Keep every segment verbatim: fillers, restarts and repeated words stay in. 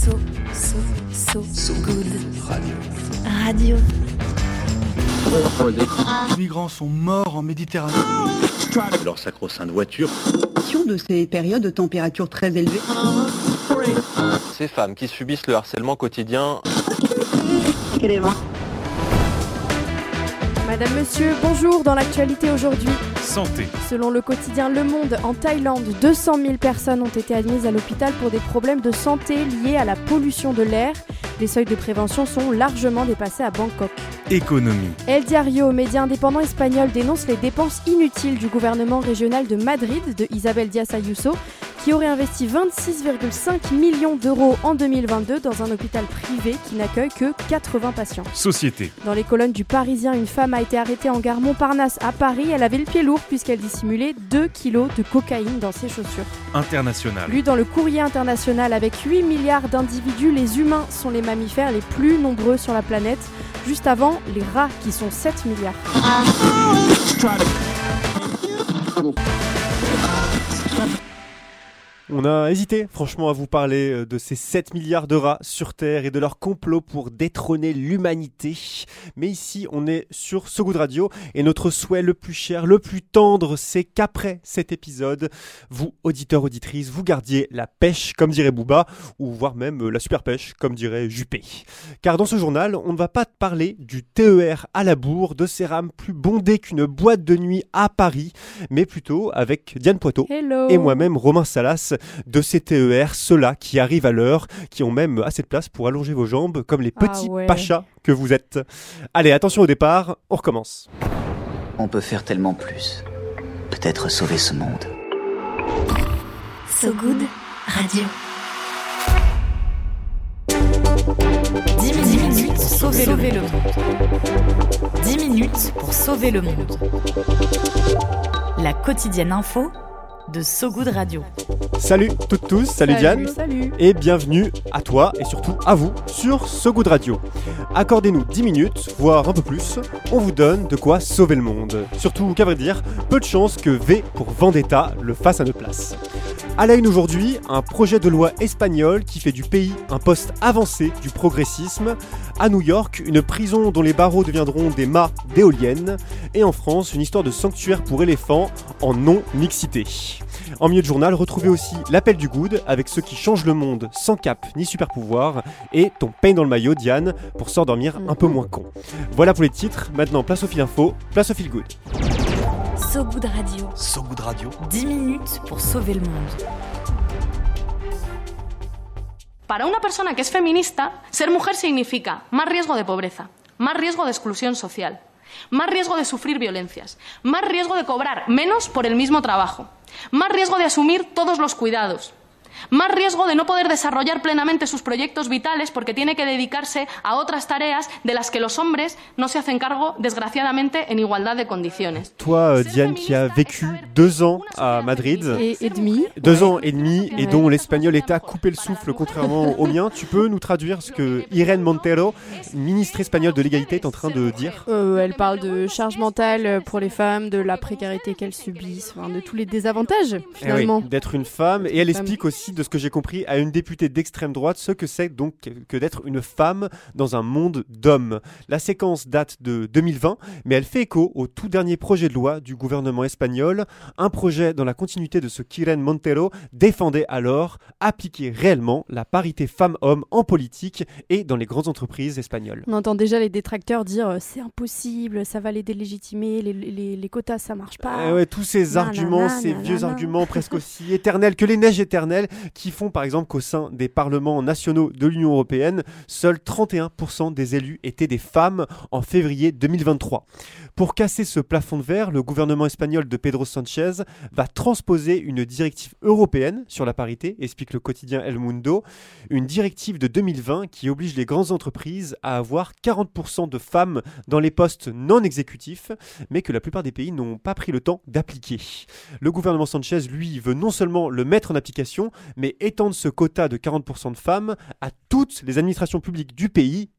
So, so, so, So good. Radio. Radio. Les migrants sont morts en Méditerranée. Leur sacro-sainte voiture. De ces périodes de température très élevées. Ces femmes qui subissent le harcèlement quotidien. Madame, monsieur, bonjour. Dans l'actualité aujourd'hui. Santé. Selon le quotidien Le Monde, en Thaïlande, deux cent mille personnes ont été admises à l'hôpital pour des problèmes de santé liés à la pollution de l'air. Les seuils de prévention sont largement dépassés à Bangkok. Économie. El Diario, média indépendant espagnol, dénonce les dépenses inutiles du gouvernement régional de Madrid, de Isabel Díaz Ayuso, qui aurait investi vingt-six virgule cinq millions d'euros en deux mille vingt-deux dans un hôpital privé qui n'accueille que quatre-vingts patients. Société. Dans les colonnes du Parisien, une femme a été arrêtée en gare Montparnasse à Paris. Elle avait le pied lourd puisqu'elle dissimulait deux kilos de cocaïne dans ses chaussures. International. Lu dans le Courrier international, avec huit milliards d'individus, les humains sont les mammifères les plus nombreux sur la planète. Juste avant, les rats qui sont sept milliards. On a hésité, franchement, à vous parler de ces sept milliards de rats sur Terre et de leur complot pour détrôner l'humanité. Mais ici, on est sur So Good Radio et notre souhait le plus cher, le plus tendre, c'est qu'après cet épisode, vous, auditeurs, auditrices, vous gardiez la pêche, comme dirait Booba, ou voire même la super pêche, comme dirait Juppé. Car dans ce journal, on ne va pas te parler du T E R à la bourre, de ces rames plus bondées qu'une boîte de nuit à Paris, mais plutôt avec Diane Poitot Hello. et moi-même, Romain Salas, de ces T E R, ceux-là qui arrivent à l'heure, qui ont même assez de place pour allonger vos jambes, comme les petits Ah ouais. pachas que vous êtes. Allez, attention au départ, on recommence. On peut faire tellement plus. Peut-être sauver ce monde. So Good Radio. dix minutes pour sauver, sauver le monde. dix minutes pour sauver le monde. La quotidienne info de So Good Radio. Salut toutes tous, salut, Salut, Diane, salut. et bienvenue à toi et surtout à vous sur So Good Radio. Accordez-nous dix minutes, voire un peu plus, on vous donne de quoi sauver le monde. Surtout qu'à vrai dire, peu de chances que V pour Vendetta le fasse à notre place. À la une aujourd'hui, un projet de loi espagnol qui fait du pays un poste avancé du progressisme. À New York, une prison dont les barreaux deviendront des mâts d'éoliennes. Et en France, une histoire de sanctuaire pour éléphants en non-mixité. En milieu de journal, retrouvez aussi l'appel du good avec ceux qui changent le monde sans cap ni super pouvoir. Et ton pain dans le maillot, Diane, pour s'endormir un peu moins con. Voilà pour les titres. Maintenant, place au fil info, place au fil good. So Good Radio. So Good Radio. dix minutes pour sauver le monde. Para una persona que es feminista, ser mujer significa más riesgo de pobreza, más riesgo de exclusión social, más riesgo de sufrir violencias, más riesgo de cobrar menos por el mismo trabajo, más riesgo de asumir todos los cuidados, más riesgo de no poder desarrollar plenamente sus proyectos vitales porque tiene que dedicarse a otras tareas de las que los hombres no se hacen cargo, desgraciadamente, en igualdad de condiciones. Toi, Diane, qui a vécu deux ans à Madrid, Et, et demi. deux ans et demi, et Ouais. dont l'espagnol est à couper le souffle, contrairement au mien, tu peux nous traduire ce que Irene Montero, ministre espagnole de l'égalité, est en train de dire? Euh, elle parle de charge mentale pour les femmes, de la précarité qu'elles subissent, enfin, de tous les désavantages, Eh finalement. oui, d'être une femme, et elle Femme. explique aussi, de ce que j'ai compris, à une députée d'extrême droite ce que c'est donc que d'être une femme dans un monde d'hommes. La séquence date de deux mille vingt, mais elle fait écho au tout dernier projet de loi du gouvernement espagnol, un projet dans la continuité de ce qu'Irene Montero défendait alors, appliquer réellement la parité femmes-hommes en politique et dans les grandes entreprises espagnoles. On entend déjà les détracteurs dire euh, c'est impossible, ça va les délégitimer, les, les, les quotas ça marche pas. Eh ouais, tous ces Nanana, arguments, ces nanana. vieux arguments presque aussi éternels que les neiges éternelles, qui font par exemple qu'au sein des parlements nationaux de l'Union européenne, seuls trente et un pour cent des élus étaient des femmes en février deux mille vingt-trois. Pour casser ce plafond de verre, le gouvernement espagnol de Pedro Sánchez va transposer une directive européenne sur la parité, explique le quotidien El Mundo, une directive de deux mille vingt qui oblige les grandes entreprises à avoir quarante pour cent de femmes dans les postes non exécutifs, mais que la plupart des pays n'ont pas pris le temps d'appliquer. Le gouvernement Sánchez, lui, veut non seulement le mettre en application, mais étendre ce quota de quarante pour cent de femmes à toutes les administrations publiques du pays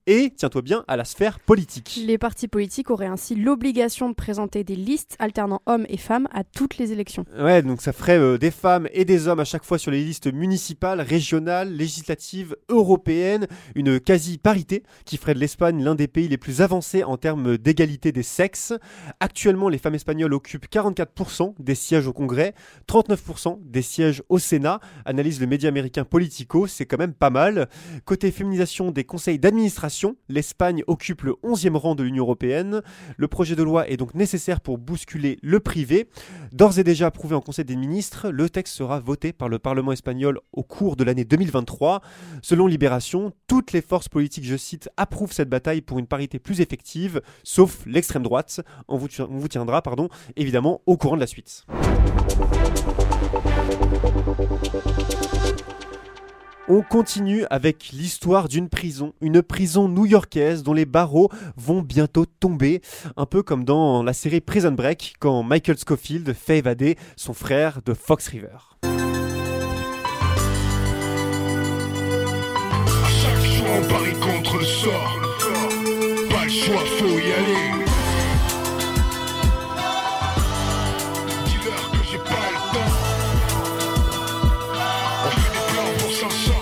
et, tiens-toi bien, à la sphère politique. Les partis politiques auraient ainsi l'obligation de présenter des listes alternant hommes et femmes à toutes les élections. Ouais, donc ça ferait euh, des femmes et des hommes à chaque fois sur les listes municipales, régionales, législatives, européennes, une quasi-parité qui ferait de l'Espagne l'un des pays les plus avancés en termes d'égalité des sexes. Actuellement, les femmes espagnoles occupent quarante-quatre pour cent des sièges au Congrès, trente-neuf pour cent des sièges au Sénat, analyse le média américain Politico, c'est quand même pas mal. Côté féminisation des conseils d'administration, l'Espagne occupe le onzième rang de l'Union européenne. Le projet de loi est donc nécessaire pour bousculer le privé. D'ores et déjà approuvé en Conseil des ministres, le texte sera voté par le Parlement espagnol au cours de l'année deux mille vingt-trois. Selon Libération, toutes les forces politiques, je cite, approuvent cette bataille pour une parité plus effective, sauf l'extrême droite. On vous, on vous tiendra, pardon, évidemment, au courant de la suite. On continue avec l'histoire d'une prison, une prison new-yorkaise dont les barreaux vont bientôt tomber, un peu comme dans la série Prison Break, quand Michael Scofield fait évader son frère de Fox River. À chaque jour on parie contre le sort, pas le choix, faut y aller. Dis-leur que j'ai pas le temps, on fait des plans pour s'en sortir.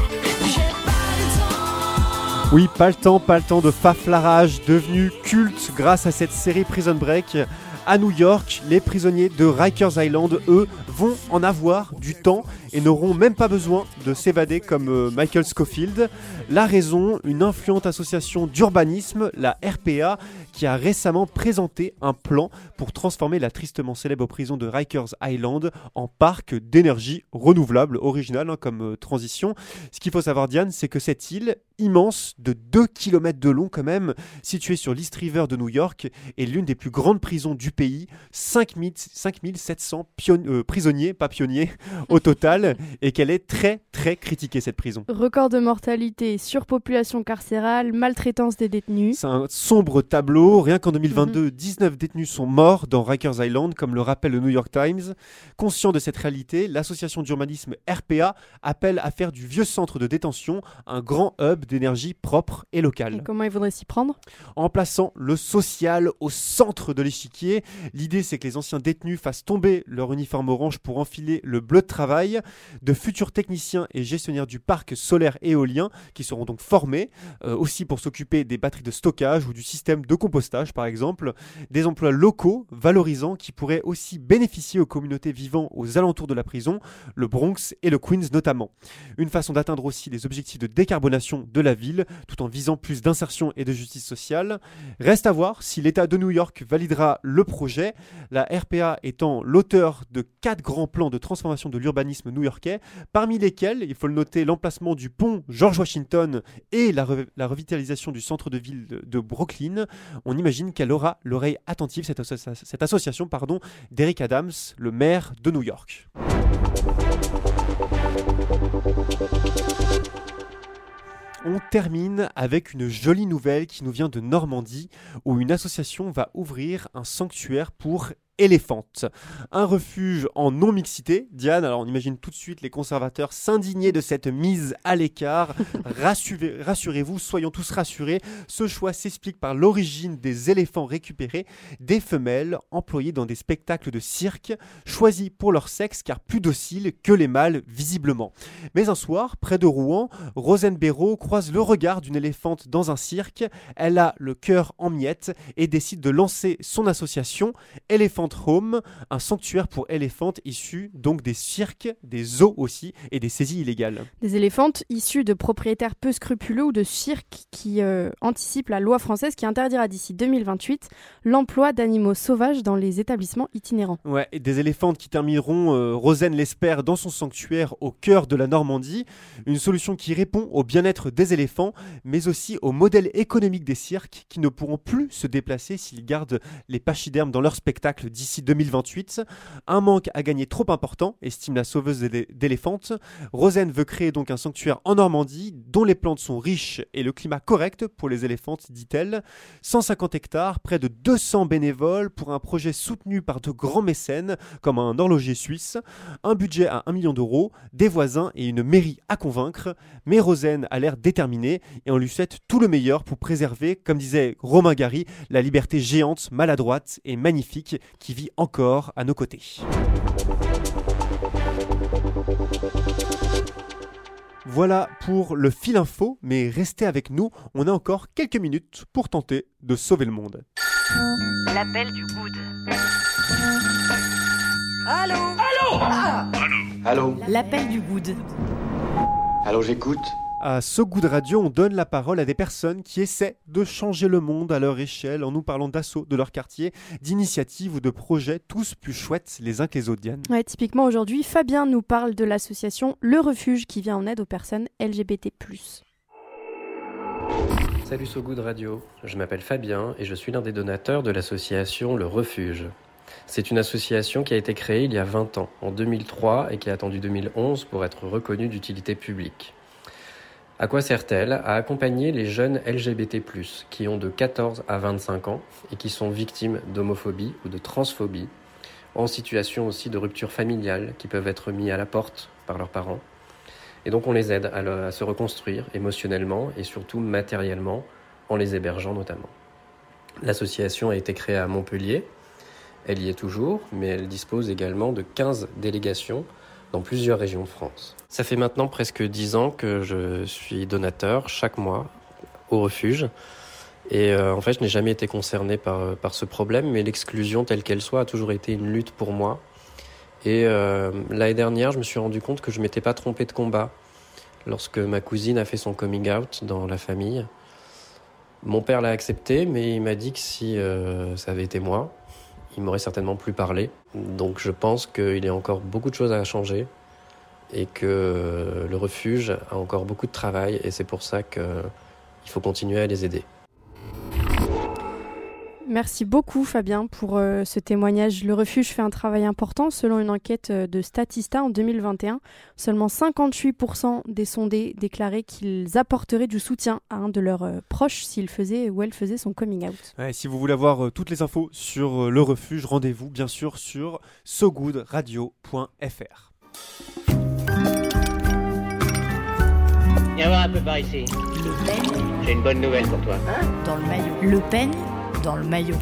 Oui, pas le temps, pas le temps de Faflarage, devenu culte grâce à cette série Prison Break. À New York, les prisonniers de Rikers Island, eux, vont en avoir du temps et n'auront même pas besoin de s'évader comme euh, Michael Scofield. La raison, une influente association d'urbanisme, la R P A, qui a récemment présenté un plan pour transformer la tristement célèbre prison de Rikers Island en parc d'énergie renouvelable, original hein, comme euh, transition. Ce qu'il faut savoir, Diane, c'est que cette île, immense, de deux kilomètres de long quand même, située sur l'East River de New York, est l'une des plus grandes prisons du pays, cinq mille sept cents pion- euh, prisonniers, pas pionniers, au total, et qu'elle est très très critiquée cette prison. Record de mortalité, surpopulation carcérale, maltraitance des détenus. C'est un sombre tableau, rien qu'en deux mille vingt-deux, Mm-hmm. dix-neuf détenus sont morts dans Rikers Island, comme le rappelle le New York Times. Conscient de cette réalité, l'association d'urbanisme R P A appelle à faire du vieux centre de détention un grand hub d'énergie propre et locale. Et comment il faudrait s'y prendre ? En plaçant le social au centre de l'échiquier. L'idée, c'est que les anciens détenus fassent tomber leur uniforme orange pour enfiler le bleu de travail. De futurs techniciens et gestionnaires du parc solaire éolien qui seront donc formés, euh, aussi pour s'occuper des batteries de stockage ou du système de compostage par exemple. Des emplois locaux valorisants qui pourraient aussi bénéficier aux communautés vivant aux alentours de la prison, le Bronx et le Queens notamment. Une façon d'atteindre aussi les objectifs de décarbonation de la ville, tout en visant plus d'insertion et de justice sociale. Reste à voir si l'État de New York validera le projet, la R P A étant l'auteur de quatre grands plans de transformation de l'urbanisme new-yorkais, parmi lesquels, il faut le noter, l'emplacement du pont George Washington et la, re- la revitalisation du centre de ville de, de Brooklyn. On imagine qu'elle aura l'oreille attentive, cette, asso- cette association pardon, d'Eric Adams, le maire de New York. On termine avec une jolie nouvelle qui nous vient de Normandie, où une association va ouvrir un sanctuaire pour éléphante. Un refuge en non-mixité. Diane, alors on imagine tout de suite les conservateurs s'indigner de cette mise à l'écart. Rassurez, rassurez-vous, soyons tous rassurés. Ce choix s'explique par l'origine des éléphants récupérés, des femelles employées dans des spectacles de cirque, choisis pour leur sexe car plus dociles que les mâles visiblement. Mais un soir, près de Rouen, Rosen Béraud croise le regard d'une éléphante dans un cirque. Elle a le cœur en miettes et décide de lancer son association Elephant Home, un sanctuaire pour éléphantes issus donc des cirques, des zoos aussi et des saisies illégales. Des éléphantes issues de propriétaires peu scrupuleux ou de cirques qui euh, anticipent la loi française qui interdira d'ici deux mille vingt-huit l'emploi d'animaux sauvages dans les établissements itinérants. Ouais, et des éléphantes qui termineront, euh, Rosen l'espère, dans son sanctuaire au cœur de la Normandie. Une solution qui répond au bien-être des éléphants, mais aussi au modèle économique des cirques qui ne pourront plus se déplacer s'ils gardent les pachydermes dans leur spectacle d'ici deux mille vingt-huit. Un manque à gagner trop important, estime la sauveuse d'éléphantes. Rosen veut créer donc un sanctuaire en Normandie dont les plantes sont riches et le climat correct pour les éléphantes, dit-elle. cent cinquante hectares, près de deux cents bénévoles pour un projet soutenu par de grands mécènes comme un horloger suisse. Un budget à un million d'euros, des voisins et une mairie à convaincre. Mais Rosen a l'air déterminée et on lui souhaite tout le meilleur pour préserver, comme disait Romain Gary, la liberté géante, maladroite et magnifique qui vit encore à nos côtés. Voilà pour le fil info, mais restez avec nous, on a encore quelques minutes pour tenter de sauver le monde. L'appel du good. Allô Allô ah Allô L'appel du good. Allô, j'écoute. À So Good Radio, on donne la parole à des personnes qui essaient de changer le monde à leur échelle en nous parlant d'assauts de leur quartier, d'initiatives ou de projets tous plus chouettes les uns que les autres, Diane. Ouais, typiquement aujourd'hui, Fabien nous parle de l'association Le Refuge qui vient en aide aux personnes L G B T plus. Salut So Good Radio, je m'appelle Fabien et je suis l'un des donateurs de l'association Le Refuge. C'est une association qui a été créée il y a vingt ans, en deux mille trois, et qui a attendu deux mille onze pour être reconnue d'utilité publique. À quoi sert-elle ? À accompagner les jeunes L G B T plus, qui ont de quatorze à vingt-cinq ans et qui sont victimes d'homophobie ou de transphobie, en situation aussi de rupture familiale, qui peuvent être mis à la porte par leurs parents. Et donc on les aide à, le, à se reconstruire émotionnellement et surtout matériellement, en les hébergeant notamment. L'association a été créée à Montpellier, elle y est toujours, mais elle dispose également de quinze délégations dans plusieurs régions de France. Ça fait maintenant presque dix ans que je suis donateur chaque mois au refuge. Et euh, en fait, je n'ai jamais été concerné par, par ce problème, mais l'exclusion telle qu'elle soit a toujours été une lutte pour moi. Et euh, l'année dernière, je me suis rendu compte que je ne m'étais pas trompé de combat lorsque ma cousine a fait son coming out dans la famille. Mon père l'a accepté, mais il m'a dit que si euh, ça avait été moi, il m'aurait certainement plus parlé. Donc je pense qu'il y a encore beaucoup de choses à changer et que le refuge a encore beaucoup de travail et c'est pour ça qu'il faut continuer à les aider. Merci beaucoup Fabien pour euh, ce témoignage. Le refuge fait un travail important. Selon une enquête de Statista en deux mille vingt et un, seulement cinquante-huit pour cent des sondés déclaraient qu'ils apporteraient du soutien à un de leurs euh, proches s'il faisait ou elle faisait son coming out. Ouais, si vous voulez avoir euh, toutes les infos sur euh, le refuge, rendez-vous bien sûr sur so good radio point f r. Viens voir un peu par ici. Le peigne. J'ai une bonne nouvelle pour toi. Hein ? Dans le maillot. Le peigne dans le maillot.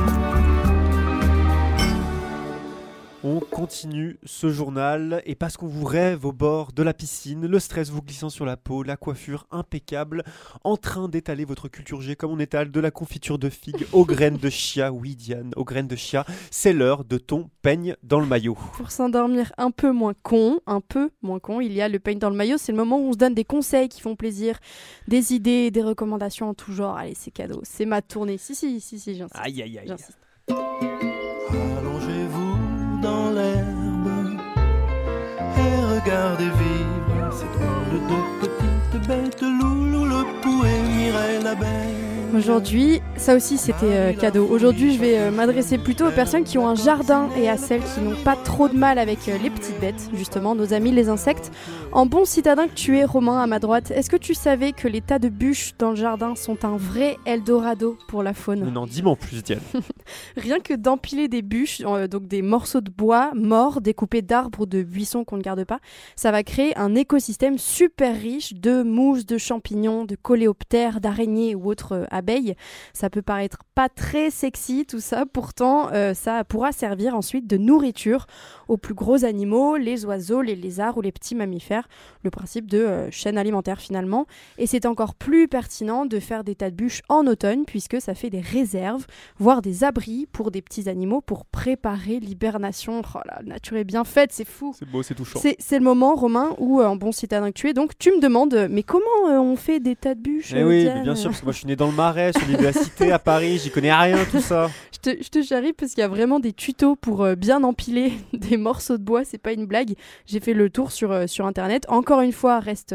On continue ce journal et parce qu'on vous rêve au bord de la piscine, le stress vous glissant sur la peau, la coiffure impeccable, en train d'étaler votre culture G comme on étale de la confiture de figue aux graines de chia. Oui Diane, aux graines de chia, c'est l'heure de ton peigne dans le maillot. Pour s'endormir un peu moins con, un peu moins con, il y a le peigne dans le maillot, c'est le moment où on se donne des conseils qui font plaisir, des idées, des recommandations en tout genre. Allez, c'est cadeau, c'est ma tournée. Si, si, si, si, j'insiste. Aïe, aïe, aïe. J'insiste. Allongez-vous dans l'herbe et regardez vivre ces drôles de petites bêtes, Loulou le pou et Mireille l'abeille. Aujourd'hui, ça aussi c'était euh, cadeau. Aujourd'hui, je vais euh, m'adresser plutôt aux personnes qui ont un jardin et à celles qui n'ont pas trop de mal avec euh, les petites bêtes, justement, nos amis les insectes. En bon citadin que tu es, Romain, à ma droite, est-ce que tu savais que les tas de bûches dans le jardin sont un vrai Eldorado pour la faune ? Non, non, dis-moi en plus, Diane. Rien que d'empiler des bûches, euh, donc des morceaux de bois morts, découpés d'arbres ou de buissons qu'on ne garde pas, ça va créer un écosystème super riche de mousses, de champignons, de coléoptères, d'araignées ou autres euh, abeilles. Ça peut paraître pas très sexy tout ça, pourtant euh, ça pourra servir ensuite de nourriture aux plus gros animaux, les oiseaux, les lézards ou les petits mammifères. Le principe de euh, chaîne alimentaire finalement. Et c'est encore plus pertinent de faire des tas de bûches en automne puisque ça fait des réserves, voire des abris pour des petits animaux pour préparer l'hibernation. Oh là, la nature est bien faite, c'est fou. C'est beau, c'est touchant. C'est, c'est le moment, Romain, où euh, en bon citadin que tu es, donc tu me demandes, mais comment euh, on fait des tas de bûches Eh oui, bien sûr, parce que moi je suis né dans le Marais, je suis né de la cité à Paris, j'y connais rien tout ça. Je te, je te charrie parce qu'il y a vraiment des tutos pour euh, bien empiler des morceaux de bois, c'est pas une blague. J'ai fait le tour sur, euh, sur internet. Encore une fois, reste euh,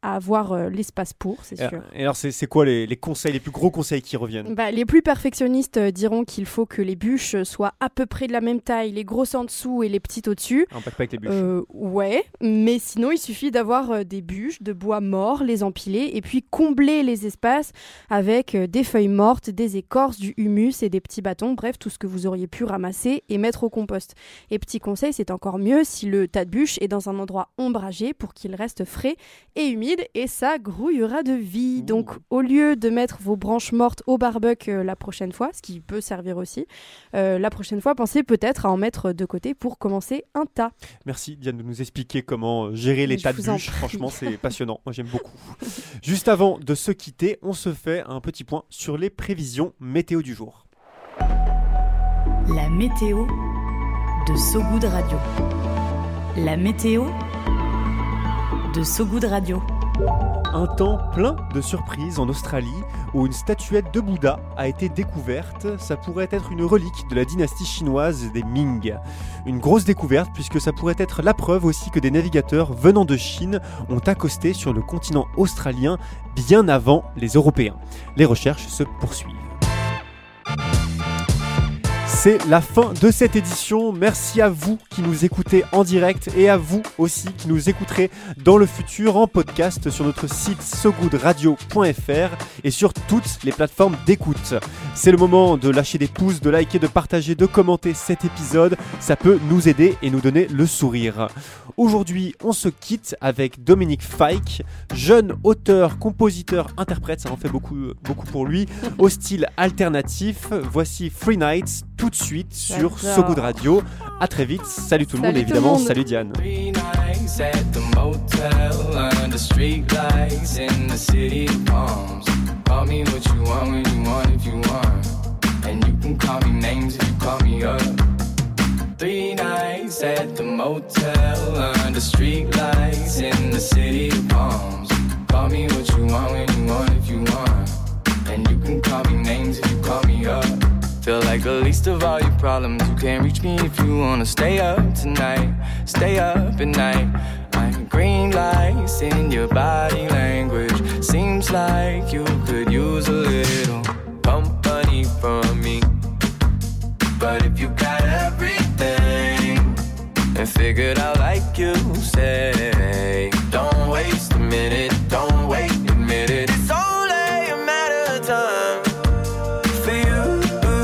à avoir euh, l'espace pour, c'est et sûr. Et alors, c'est, c'est quoi les, les conseils, les plus gros conseils qui reviennent ? Bah, les plus perfectionnistes euh, diront qu'il faut que les bûches soient à peu près de la même taille, les grosses en dessous et les petites au-dessus. Un pack pas avec les bûches. Euh, ouais, mais sinon il suffit d'avoir euh, des bûches de bois morts, les empiler et puis combler les espaces avec euh, des feuilles mortes, des écorces, du humus et des petits bâtons, bref, tout ce que vous auriez pu ramasser et mettre au compost. Et petit conseil, c'est encore mieux si le tas de bûches est dans un endroit ombragé pour qu'il reste frais et humide et ça grouillera de vie. Mmh. Donc au lieu de mettre vos branches mortes au barbecue euh, la prochaine fois, ce qui peut servir aussi, euh, la prochaine fois, pensez peut-être à en mettre de côté pour commencer un tas. Merci Diane de nous expliquer comment gérer les Je tas de bûches. Franchement, c'est passionnant. Moi, j'aime beaucoup. Juste avant de se quitter, on se fait un petit point sur les prévisions météo du jour. La météo de So Good Radio. La météo de So Good Radio. Un temps plein de surprises en Australie où une statuette de Bouddha a été découverte. Ça pourrait être une relique de la dynastie chinoise des Ming. Une grosse découverte puisque ça pourrait être la preuve aussi que des navigateurs venant de Chine ont accosté sur le continent australien bien avant les Européens. Les recherches se poursuivent. C'est la fin de cette édition. Merci à vous qui nous écoutez en direct et à vous aussi qui nous écouterez dans le futur en podcast sur notre site so good radio point f r et sur toutes les plateformes d'écoute. C'est le moment de lâcher des pouces, de liker, de partager, de commenter cet épisode. Ça peut nous aider et nous donner le sourire. Aujourd'hui, on se quitte avec Dominique Fike, jeune auteur, compositeur, interprète, ça en fait beaucoup, beaucoup pour lui, au style alternatif. Voici Free Nights tout de suite sur So Good Radio. À très vite. Salut tout le monde et évidemment, salut Diane. Three nights at the motel under street lights in the city of palms. Call me what you want when you want if you want. And you can call me names if you call me up. Feel like the least of all your problems. You can't reach me if you wanna stay up tonight. Stay up at night. I'm green lights in your body language. Seems like you could use a little company from me. But if you got everything and figured out like you say, don't waste a minute, don't wait a minute. It's only a matter of time for you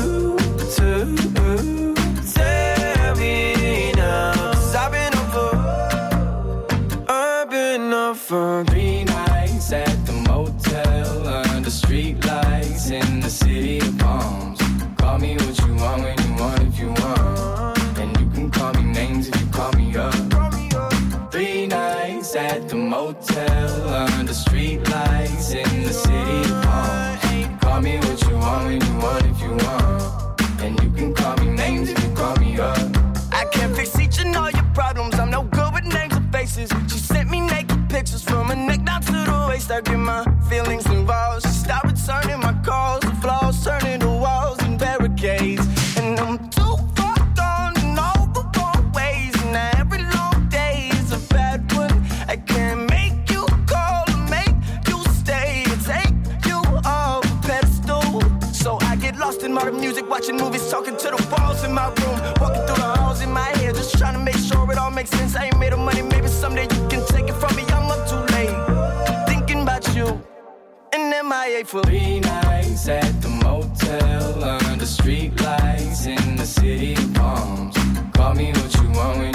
to tell me now. 'Cause I've been up for, I've been up for three nights at the motel under street lights in the city of palms. Call me what you want when you want if you want. And you can call me names if you call me up. Three nights at the motel under street lights in the city of palms. Call me what you want when you want if you want. And you can call me names if you call me up. I can't fix each and all your problems. I'm no good with names or faces. She sent me naked pictures from her neck down to the waist. I get my feelings involved. She stopped returning my calls. The flaws turning to walls and barricades. And I'm too far gone in all the wrong ways. And every long day is a bad one. I can't make you call or make you stay or take you off a pedestal. So I get lost in modern music, watching movies, talking to the walls in my room, walking through the halls in my head, just trying to make sure it all makes sense. I ain't made of money, maybe someday you can take it from me. I'm up too late, thinking about you. And M I A for three nights at the motel under street lights in the city of palms. Call me what you want when